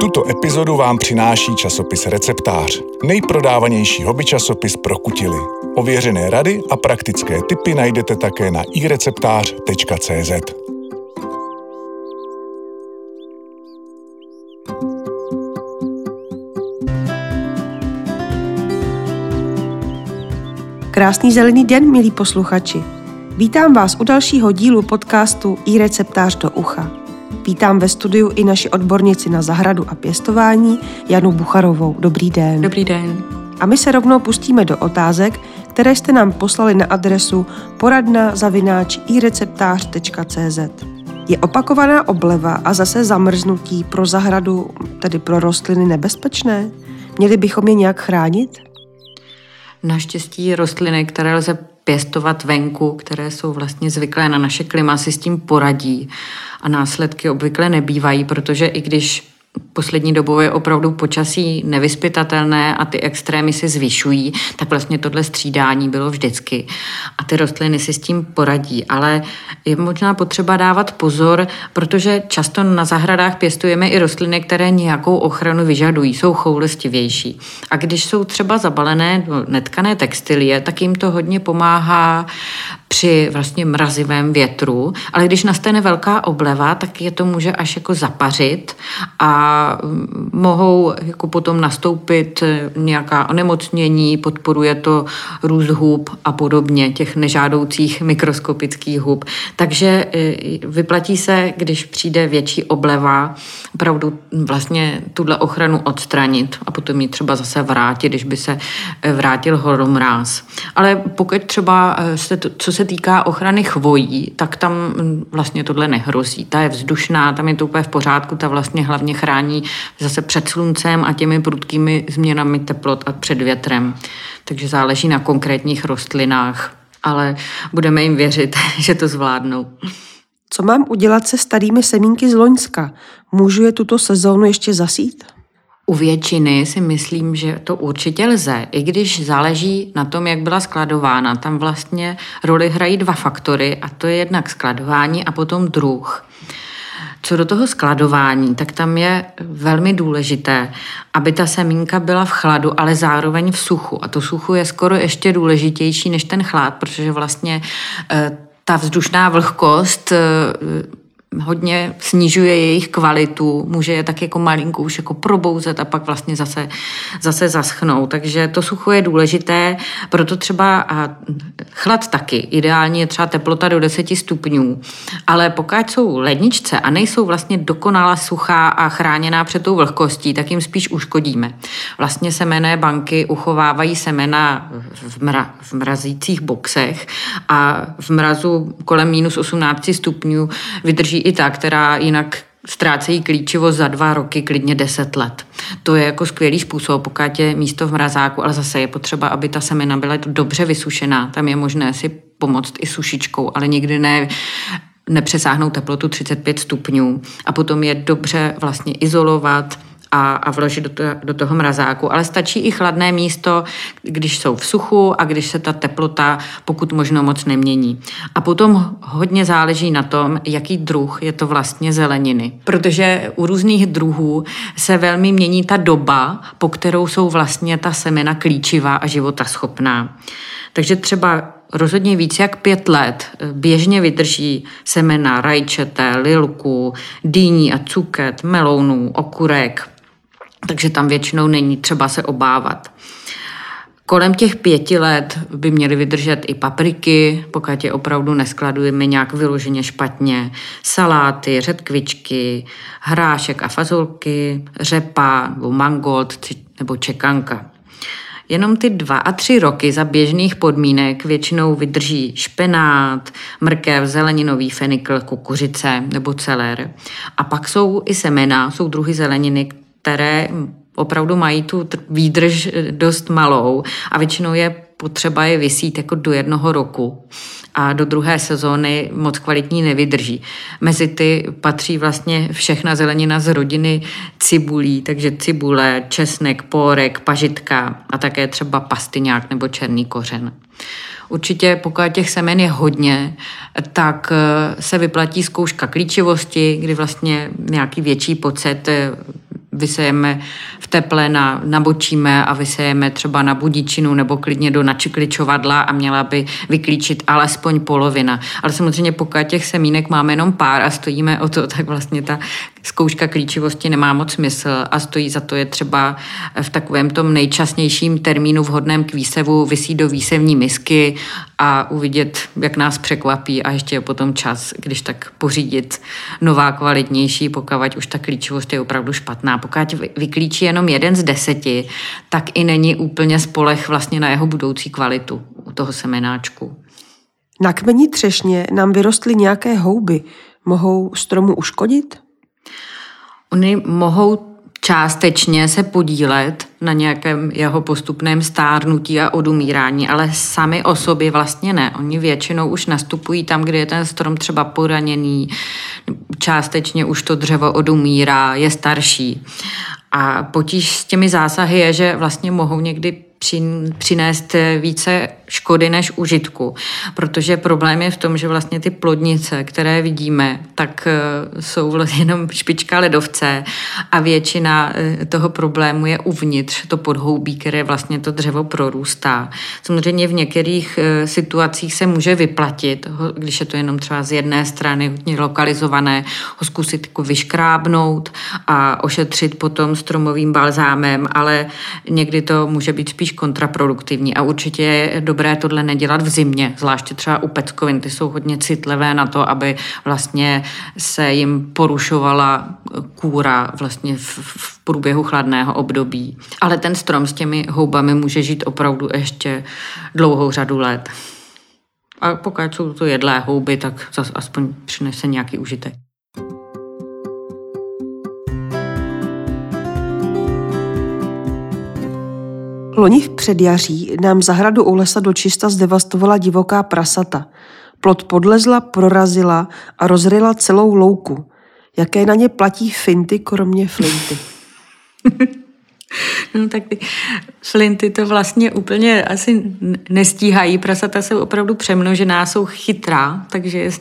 Tuto epizodu vám přináší časopis Receptář, nejprodávanější hobby časopis pro kutily. Ověřené rady a praktické tipy najdete také na ireceptář.cz. Krásný zelený den, milí posluchači. Vítám vás u dalšího dílu podcastu iReceptář do ucha. Vítám ve studiu i naši odbornici na zahradu a pěstování Janu Bucharovou. Dobrý den. Dobrý den. A my se rovnou pustíme do otázek, které jste nám poslali na adresu poradna@ireceptář.cz. Je opakovaná obleva a zase zamrznutí pro zahradu, tedy pro rostliny, nebezpečné? Měli bychom je nějak chránit? Naštěstí rostliny, které lze pěstovat venku, které jsou vlastně zvyklé na naše klima, si s tím poradí a následky obvykle nebývají, protože i když poslední dobou je opravdu počasí nevyzpytatelné a ty extrémy se zvyšují, tak vlastně tohle střídání bylo vždycky. A ty rostliny si s tím poradí, ale je možná potřeba dávat pozor, protože často na zahradách pěstujeme i rostliny, které nějakou ochranu vyžadují, jsou choulostivější. A když jsou třeba zabalené do netkané textilie, tak jim to hodně pomáhá při vlastně mrazivém větru, ale když nastane velká obleva, tak je to může až jako zapařit a mohou jako potom nastoupit nějaká onemocnění, podporuje to růst hub a podobně, těch nežádoucích mikroskopických hub. Takže vyplatí se, když přijde větší obleva, opravdu vlastně tuhle ochranu odstranit a potom ji třeba zase vrátit, když by se vrátil horomráz. Ale pokud třeba, co se týká ochrany chvojí, tak tam vlastně tohle nehrozí. Ta je vzdušná, tam je to úplně v pořádku, ta vlastně hlavně chrání zase před sluncem a těmi prudkými změnami teplot a před větrem. Takže záleží na konkrétních rostlinách, ale budeme jim věřit, že to zvládnou. Co mám udělat se starými semínky z loňska? Můžu je tuto sezónu ještě zasít? U většiny si myslím, že to určitě lze, i když záleží na tom, jak byla skladována. Tam vlastně roli hrají dva faktory, a to je jednak skladování a potom druh. Co do toho skladování, tak tam je velmi důležité, aby ta semínka byla v chladu, ale zároveň v suchu. A to suchu je skoro ještě důležitější než ten chlad, protože vlastně ta vzdušná vlhkost hodně snižuje jejich kvalitu, může je tak jako malinko už jako probouzet a pak vlastně zase zaschnou. Takže to sucho je důležité, proto třeba chlad taky. Ideálně je třeba teplota do 10 stupňů. Ale pokud jsou ledničce a nejsou vlastně dokonale suchá a chráněná před tou vlhkostí, tak jim spíš uškodíme. Vlastně semenné banky uchovávají semena v mrazících boxech a v mrazu kolem minus 18 stupňů vydrží i ta, která jinak ztrácejí klíčivost za 2 roky, klidně 10 let. To je jako skvělý způsob, pokud je místo v mrazáku, ale zase je potřeba, aby ta semena byla dobře vysušená. Tam je možné si pomoct i sušičkou, ale nikdy nepřesáhnout teplotu 35 stupňů. A potom je dobře vlastně izolovat a vložit do toho mrazáku. Ale stačí i chladné místo, když jsou v suchu a když se ta teplota pokud možno moc nemění. A potom hodně záleží na tom, jaký druh je to vlastně zeleniny. Protože u různých druhů se velmi mění ta doba, po kterou jsou vlastně ta semena klíčivá a životaschopná. Takže třeba rozhodně víc jak 5 let běžně vydrží semena rajčete, lilku, dýní a cuket, melounů, okurek. Takže tam většinou není třeba se obávat. Kolem těch 5 let by měly vydržet i papriky, pokud je opravdu neskladujeme nějak vyloženě špatně, saláty, řetkvičky, hrášek a fazolky, řepa nebo mangold nebo čekanka. Jenom ty 2 a 3 roky za běžných podmínek většinou vydrží špenát, mrkev, zeleninový fenikl, kukuřice nebo celer. A pak jsou i semena, jsou druhy zeleniny, které opravdu mají tu výdrž dost malou a většinou je potřeba je vysít jako do 1 roku a do 2. sezóny moc kvalitní nevydrží. Mezi ty patří vlastně všechna zelenina z rodiny cibulí, takže cibule, česnek, pórek, pažitka a také třeba pastyňák nebo černý kořen. Určitě pokud těch semen je hodně, tak se vyplatí zkouška klíčivosti, kdy vlastně nějaký větší počet vysejeme v teple, nabočíme a vysejeme třeba na budičinu nebo klidně do načikličovadla a měla by vyklíčit alespoň polovina. Ale samozřejmě pokud těch semínek máme jenom pár a stojíme o to, tak vlastně ta zkouška klíčivosti nemá moc smysl a stojí za to je třeba v takovém tom nejčasnějším termínu vhodném k výsevu vysít do výsevní misky a uvidět, jak nás překvapí a ještě je potom čas, když tak pořídit nová kvalitnější, pokud už ta klíčivost je opravdu špatná. Pokud vyklíčí jenom 1 z 10, tak i není úplně spoleh vlastně na jeho budoucí kvalitu u toho semenáčku. Na kmeni třešně nám vyrostly nějaké houby. Mohou stromu uškodit? Oni mohou částečně se podílet na nějakém jeho postupném stárnutí a odumírání, ale sami o sobě vlastně ne. Oni většinou už nastupují tam, kde je ten strom třeba poraněný, částečně už to dřevo odumírá, je starší. A potíž s těmi zásahy je, že vlastně mohou někdy přinést více škody než užitku, protože problém je v tom, že vlastně ty plodnice, které vidíme, tak jsou vlastně jenom špička ledovce a většina toho problému je uvnitř, to podhoubí, které vlastně to dřevo prorůstá. Samozřejmě v některých situacích se může vyplatit, když je to jenom třeba z jedné strany hodně lokalizované, ho zkusit jako vyškrábnout a ošetřit potom stromovým balzámem, ale někdy to může být spíš kontraproduktivní a určitě je dobré tohle nedělat v zimě, zvláště třeba u peckovin, ty jsou hodně citlivé na to, aby vlastně se jim porušovala kůra vlastně v průběhu chladného období. Ale ten strom s těmi houbami může žít opravdu ještě dlouhou řadu let. A pokud jsou to jedlé houby, tak zase aspoň přinese nějaký užitek. Loni v předjaří nám zahradu u lesa dočista zdevastovala divoká prasata. Plot podlezla, prorazila a rozryla celou louku. Jaké na ně platí finty, kromě flinty? No tak ty flinty to vlastně úplně asi nestíhají. Prasata jsou opravdu přemnožená, jsou chytrá, takže je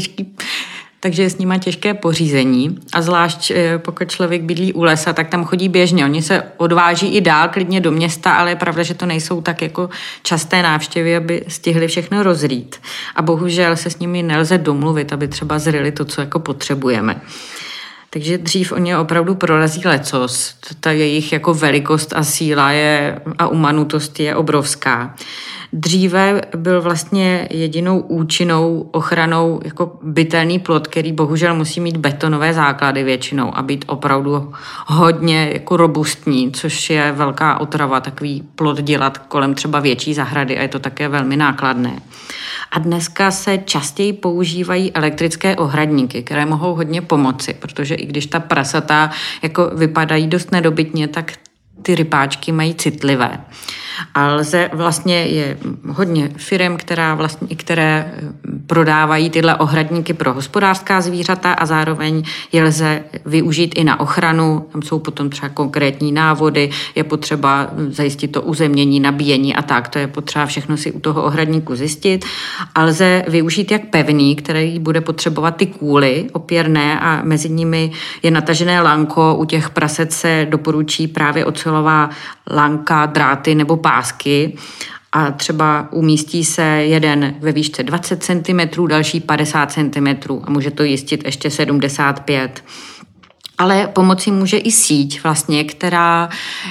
s nima těžké pořízení. A zvlášť pokud člověk bydlí u lesa, tak tam chodí běžně. Oni se odváží i dál, klidně do města, ale je pravda, že to nejsou tak jako časté návštěvy, aby stihli všechno rozrýt. A bohužel se s nimi nelze domluvit, aby třeba zryli to, co jako potřebujeme. Takže dřív oni opravdu prorazí lecos. Ta jejich jako velikost a síla a umanutost je obrovská. Dříve byl vlastně jedinou účinnou ochranou jako bytelný plot, který bohužel musí mít betonové základy většinou a být opravdu hodně jako robustní, což je velká otrava takový plot dělat kolem třeba větší zahrady a je to také velmi nákladné. A dneska se častěji používají elektrické ohradníky, které mohou hodně pomoci, protože i když ta prasata jako vypadají dost nedobytně, tak ty rypáčky mají citlivé. A je hodně firem, které prodávají tyhle ohradníky pro hospodářská zvířata a zároveň je lze využít i na ochranu. Tam jsou potom třeba konkrétní návody, je potřeba zajistit to uzemnění, nabíjení a tak. To je potřeba všechno si u toho ohradníku zjistit. A lze využít jak pevný, který bude potřebovat ty kůly opěrné a mezi nimi je natažené lanko. U těch prasec se doporučí právě ocelová lanka, dráty nebo pásky a třeba umístí se jeden ve výšce 20 cm, další 50 cm a může to jistit ještě 75. Ale pomoci může i síť, vlastně, která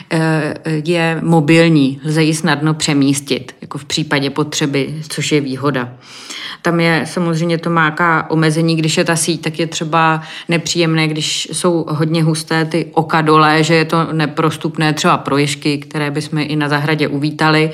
je mobilní, lze ji snadno přemístit, jako v případě potřeby, což je výhoda. Tam je samozřejmě to má omezení, když je ta síť, tak je třeba nepříjemné, když jsou hodně husté ty oka dole, že je to neprostupné třeba pro ježky, které bychom i na zahradě uvítali.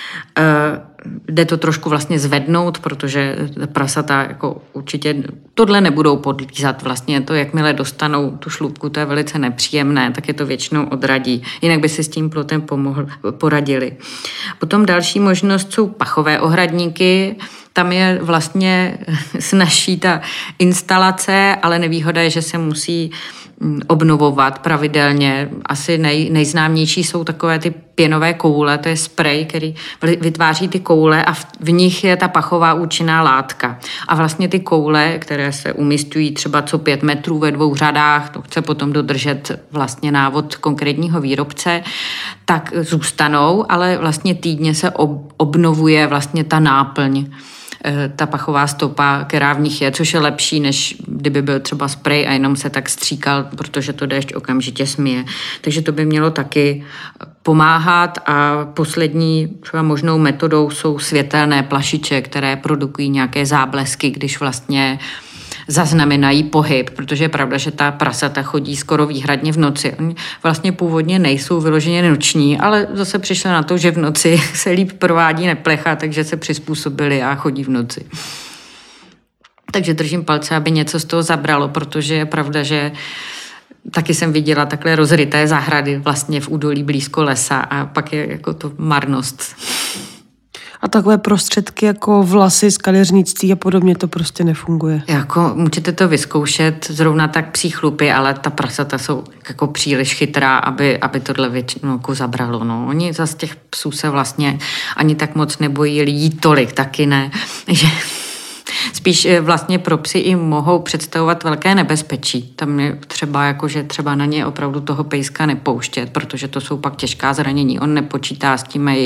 Jde to trošku vlastně zvednout, protože prasata jako určitě tohle nebudou podlízat. Vlastně to, jakmile dostanou tu šlupku, to je velice nepříjemné, tak je to většinou odradí. Jinak by si s tím plotem poradili. Potom další možnost jsou pachové ohradníky. Tam je vlastně snazší ta instalace, ale nevýhoda je, že se musí obnovovat pravidelně. Asi nejznámější jsou takové ty pěnové koule, to je sprej, který vytváří ty koule a v nich je ta pachová účinná látka. A vlastně ty koule, které se umisťují třeba co 5 metrů ve 2 řadách, to chce potom dodržet vlastně návod konkrétního výrobce, tak zůstanou, ale vlastně týdně se obnovuje vlastně ta náplň, ta pachová stopa, která v nich je, což je lepší, než kdyby byl třeba sprej a jenom se tak stříkal, protože to déšť okamžitě smije. Takže to by mělo taky pomáhat a poslední třeba možnou metodou jsou světelné plašiče, které produkují nějaké záblesky, když vlastně zaznamenají pohyb, protože je pravda, že ta prasata chodí skoro výhradně v noci. Oni vlastně původně nejsou vyloženě noční, ale zase přišli na to, že v noci se líp provádí neplecha, takže se přizpůsobili a chodí v noci. Takže držím palce, aby něco z toho zabralo, protože je pravda, že taky jsem viděla takhle rozryté zahrady vlastně v údolí blízko lesa a pak je jako to marnost. A takové prostředky jako vlasy z kadeřnictví a podobně to prostě nefunguje. Jako můžete to vyzkoušet, zrovna tak psí chlupy, ale ta prasata jsou jako příliš chytrá, aby tohle většinou zabralo. No. Oni zase těch psů se vlastně ani tak moc nebojí lidí tolik, taky ne. Že spíš vlastně pro psy i mohou představovat velké nebezpečí. Tam je třeba jako, že třeba na ně opravdu toho pejska nepouštět, protože to jsou pak těžká zranění. On nepočítá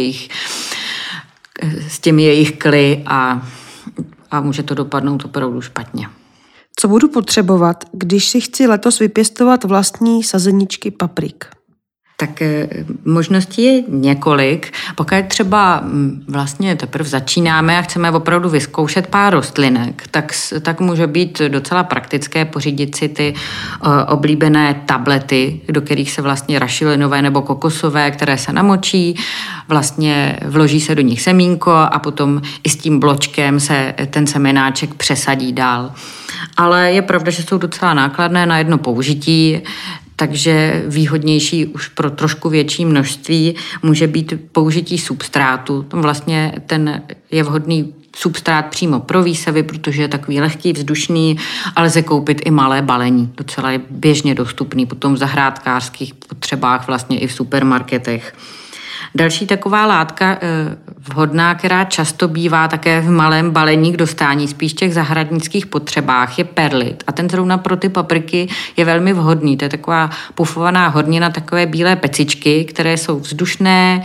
s těmi jejich kly a může to dopadnout opravdu špatně. Co budu potřebovat, když si chci letos vypěstovat vlastní sazeničky paprik? Tak možností je několik. Pokud třeba vlastně teprve začínáme a chceme opravdu vyzkoušet pár rostlinek, tak může být docela praktické pořídit si ty oblíbené tablety, do kterých se vlastně rašilinové nebo kokosové, které se namočí, vlastně vloží se do nich semínko a potom i s tím bločkem se ten semenáček přesadí dál. Ale je pravda, že jsou docela nákladné na jedno použití, takže výhodnější už pro trošku větší množství může být použití substrátu. Vlastně ten je vhodný substrát přímo pro výsevy, protože je takový lehký, vzdušný, ale lze koupit i malé balení. Docela je běžně dostupný potom v zahrádkářských potřebách, vlastně i v supermarketech. Další taková látka vhodná, která často bývá také v malém balení k dostání, spíš těch zahradnických potřebách, je perlit. A ten zrovna pro ty papriky je velmi vhodný. To je taková pufovaná hornina, takové bílé pecičky, které jsou vzdušné,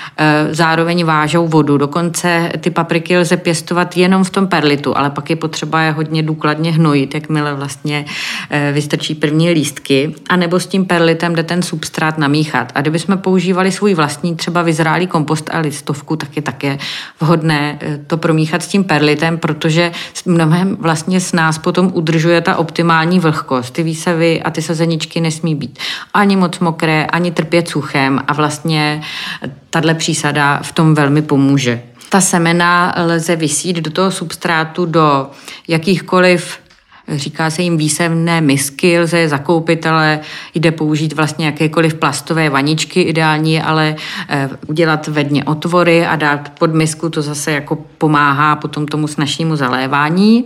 zároveň vážou vodu. Dokonce ty papriky lze pěstovat jenom v tom perlitu, ale pak je potřeba je hodně důkladně hnojit, jakmile vlastně vystrčí první lístky, anebo s tím perlitem jde ten substrát namíchat. A kdybychom používali svůj vlastní třeba vyzrálý kompost a listovku, tak je také vhodné to promíchat s tím perlitem, protože mnohem vlastně s nás potom udržuje ta optimální vlhkost. Ty výsevy a ty sazeničky nesmí být ani moc mokré, ani trpět suchem a vlastně tahle přísada v tom velmi pomůže. Ta semena lze vysít do toho substrátu do jakýchkoliv, říká se jim výsevné misky, lze je zakoupit, ale jde použít vlastně jakékoliv plastové vaničky, ideální, ale udělat ve dně otvory a dát pod misku, to zase jako pomáhá potom tomu snazšímu zalévání.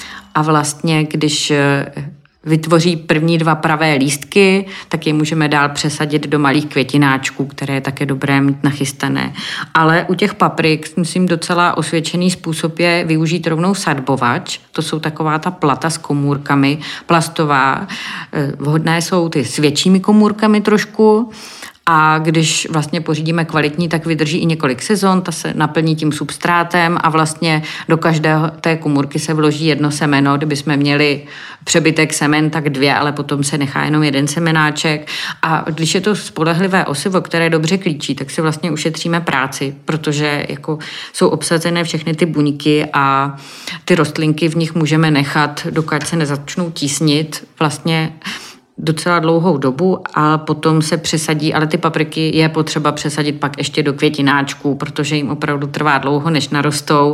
A vlastně, když vytvoří první 2 pravé lístky, tak je můžeme dál přesadit do malých květináčků, které je také dobré mít nachystané. Ale u těch paprik, myslím, docela osvědčený způsob je využít rovnou sadbovač. To jsou taková ta plata s komůrkami, plastová. Vhodné jsou ty s většími komůrkami trošku. A když vlastně pořídíme kvalitní, tak vydrží i několik sezon, ta se naplní tím substrátem a vlastně do každé té komůrky se vloží jedno semeno. Kdybychom měli přebytek semen, tak 2, ale potom se nechá jenom 1 semenáček. A když je to spolehlivé osivo, které dobře klíčí, tak si vlastně ušetříme práci, protože jako jsou obsazené všechny ty buňky a ty rostlinky v nich můžeme nechat, dokud se nezačnou tísnit vlastně docela dlouhou dobu a potom se přesadí, ale ty papriky je potřeba přesadit pak ještě do květináčků, protože jim opravdu trvá dlouho, než narostou.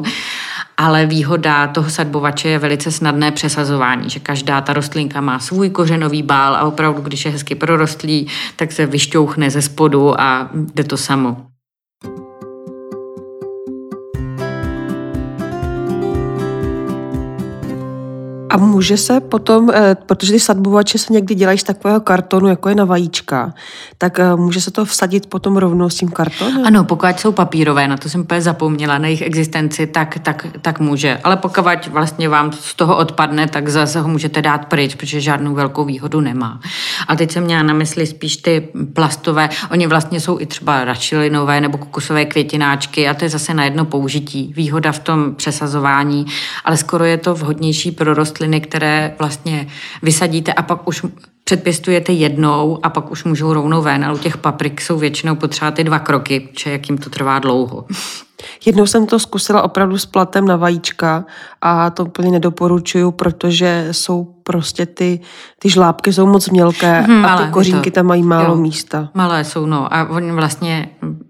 Ale výhoda toho sadbovače je velice snadné přesazování, že každá ta rostlinka má svůj kořenový bál a opravdu, když je hezky prorostlý, tak se vyšťouchne ze spodu a jde to samo. A může se potom, protože ty sadbovače se někdy dělají z takového kartonu, jako je na vajíčka, tak může se to vsadit potom rovnou s tím kartonem? Ano, pokud jsou papírové, na to jsem úplně zapomněla, na jejich existenci, tak může. Ale pokud vlastně vám z toho odpadne, tak zase ho můžete dát pryč, protože žádnou velkou výhodu nemá. A teď jsem měla na mysli spíš ty plastové, oni vlastně jsou i třeba rašilinové nebo kokosové květináčky a to je zase na jedno použití. Výhoda v tom přesazování, ale skoro je to vhodnější pro rostliny, které vlastně vysadíte a pak už předpěstujete jednou a pak už můžou rovnou ven, ale u těch paprik jsou většinou potřeba ty 2 kroky, protože jak jim to trvá dlouho. Jednou jsem to zkusila opravdu s platem na vajíčka a to úplně nedoporučuju, protože jsou prostě ty žlábky jsou moc mělké a ty kořínky tam mají málo místa. Malé jsou, no. A oni vlastně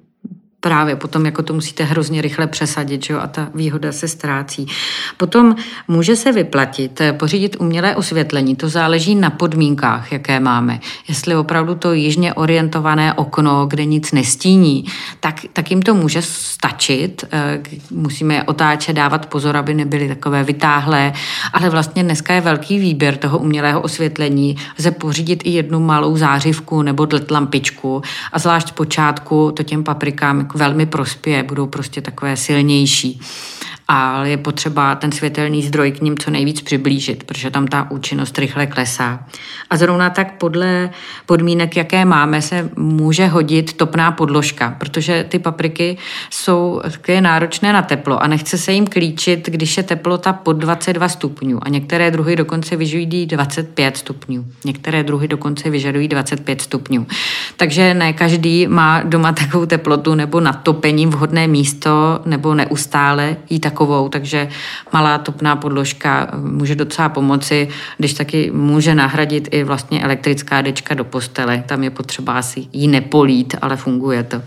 právě potom jako to musíte hrozně rychle přesadit, že jo, a ta výhoda se ztrácí. Potom může se vyplatit pořídit umělé osvětlení, to záleží na podmínkách, jaké máme. Jestli opravdu to jižně orientované okno, kde nic nestíní, tak jim to může stačit. Musíme je otáčet, dávat pozor, aby nebyly takové vytáhlé, ale vlastně dneska je velký výběr toho umělého osvětlení. Lze pořídit i jednu malou zářivku nebo LED lampičku a zvlášť zpočátku to těm paprikám velmi prospěje, budou prostě takové silnější. Ale je potřeba ten světelný zdroj k ním co nejvíc přiblížit, protože tam ta účinnost rychle klesá. A zrovna tak podle podmínek, jaké máme, se může hodit topná podložka, protože ty papriky jsou také náročné na teplo a nechce se jim klíčit, když je teplota pod 22 stupňů. A některé druhy dokonce vyžadují 25 stupňů. Některé druhy dokonce vyžadují 25 stupňů. Takže ne každý má doma takovou teplotu nebo nad topením vhodné místo nebo neustále jí takovou, takže malá topná podložka může docela pomoci, když taky může nahradit i vlastně elektrická dečka do postele. Tam je potřeba asi jí nepolít, ale funguje to.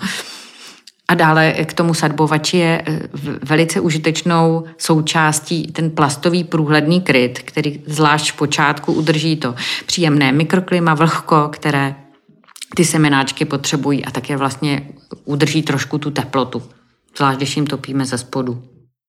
A dále k tomu sadbovači je velice užitečnou součástí ten plastový průhledný kryt, který zvlášť v počátku udrží to příjemné mikroklima, vlhko, které ty semenáčky potřebují a také vlastně udrží trošku tu teplotu, zvlášť když jim topíme ze spodu.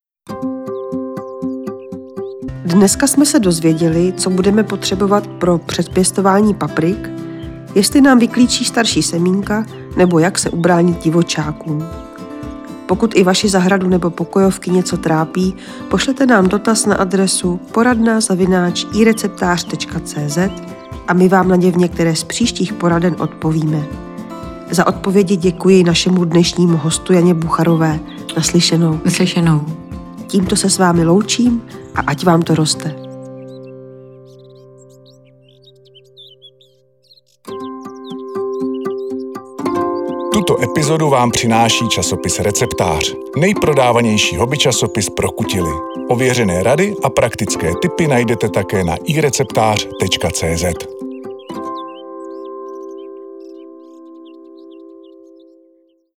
Dneska jsme se dozvěděli, co budeme potřebovat pro předpěstování paprik, jestli nám vyklíčí starší semínka, nebo jak se ubránit divočákům. Pokud i vaši zahradu nebo pokojovky něco trápí, pošlete nám dotaz na adresu poradna@ireceptář.cz a my vám na ně v některé z příštích poraden odpovíme. Za odpovědi děkuji našemu dnešnímu hostu Janě Bucharové. Naslyšenou. Naslyšenou. Tímto se s vámi loučím a ať vám to roste. Tuto epizodu vám přináší časopis Receptář, nejprodávanější hobby časopis pro kutily. Ověřené rady a praktické tipy najdete také na ireceptář.cz.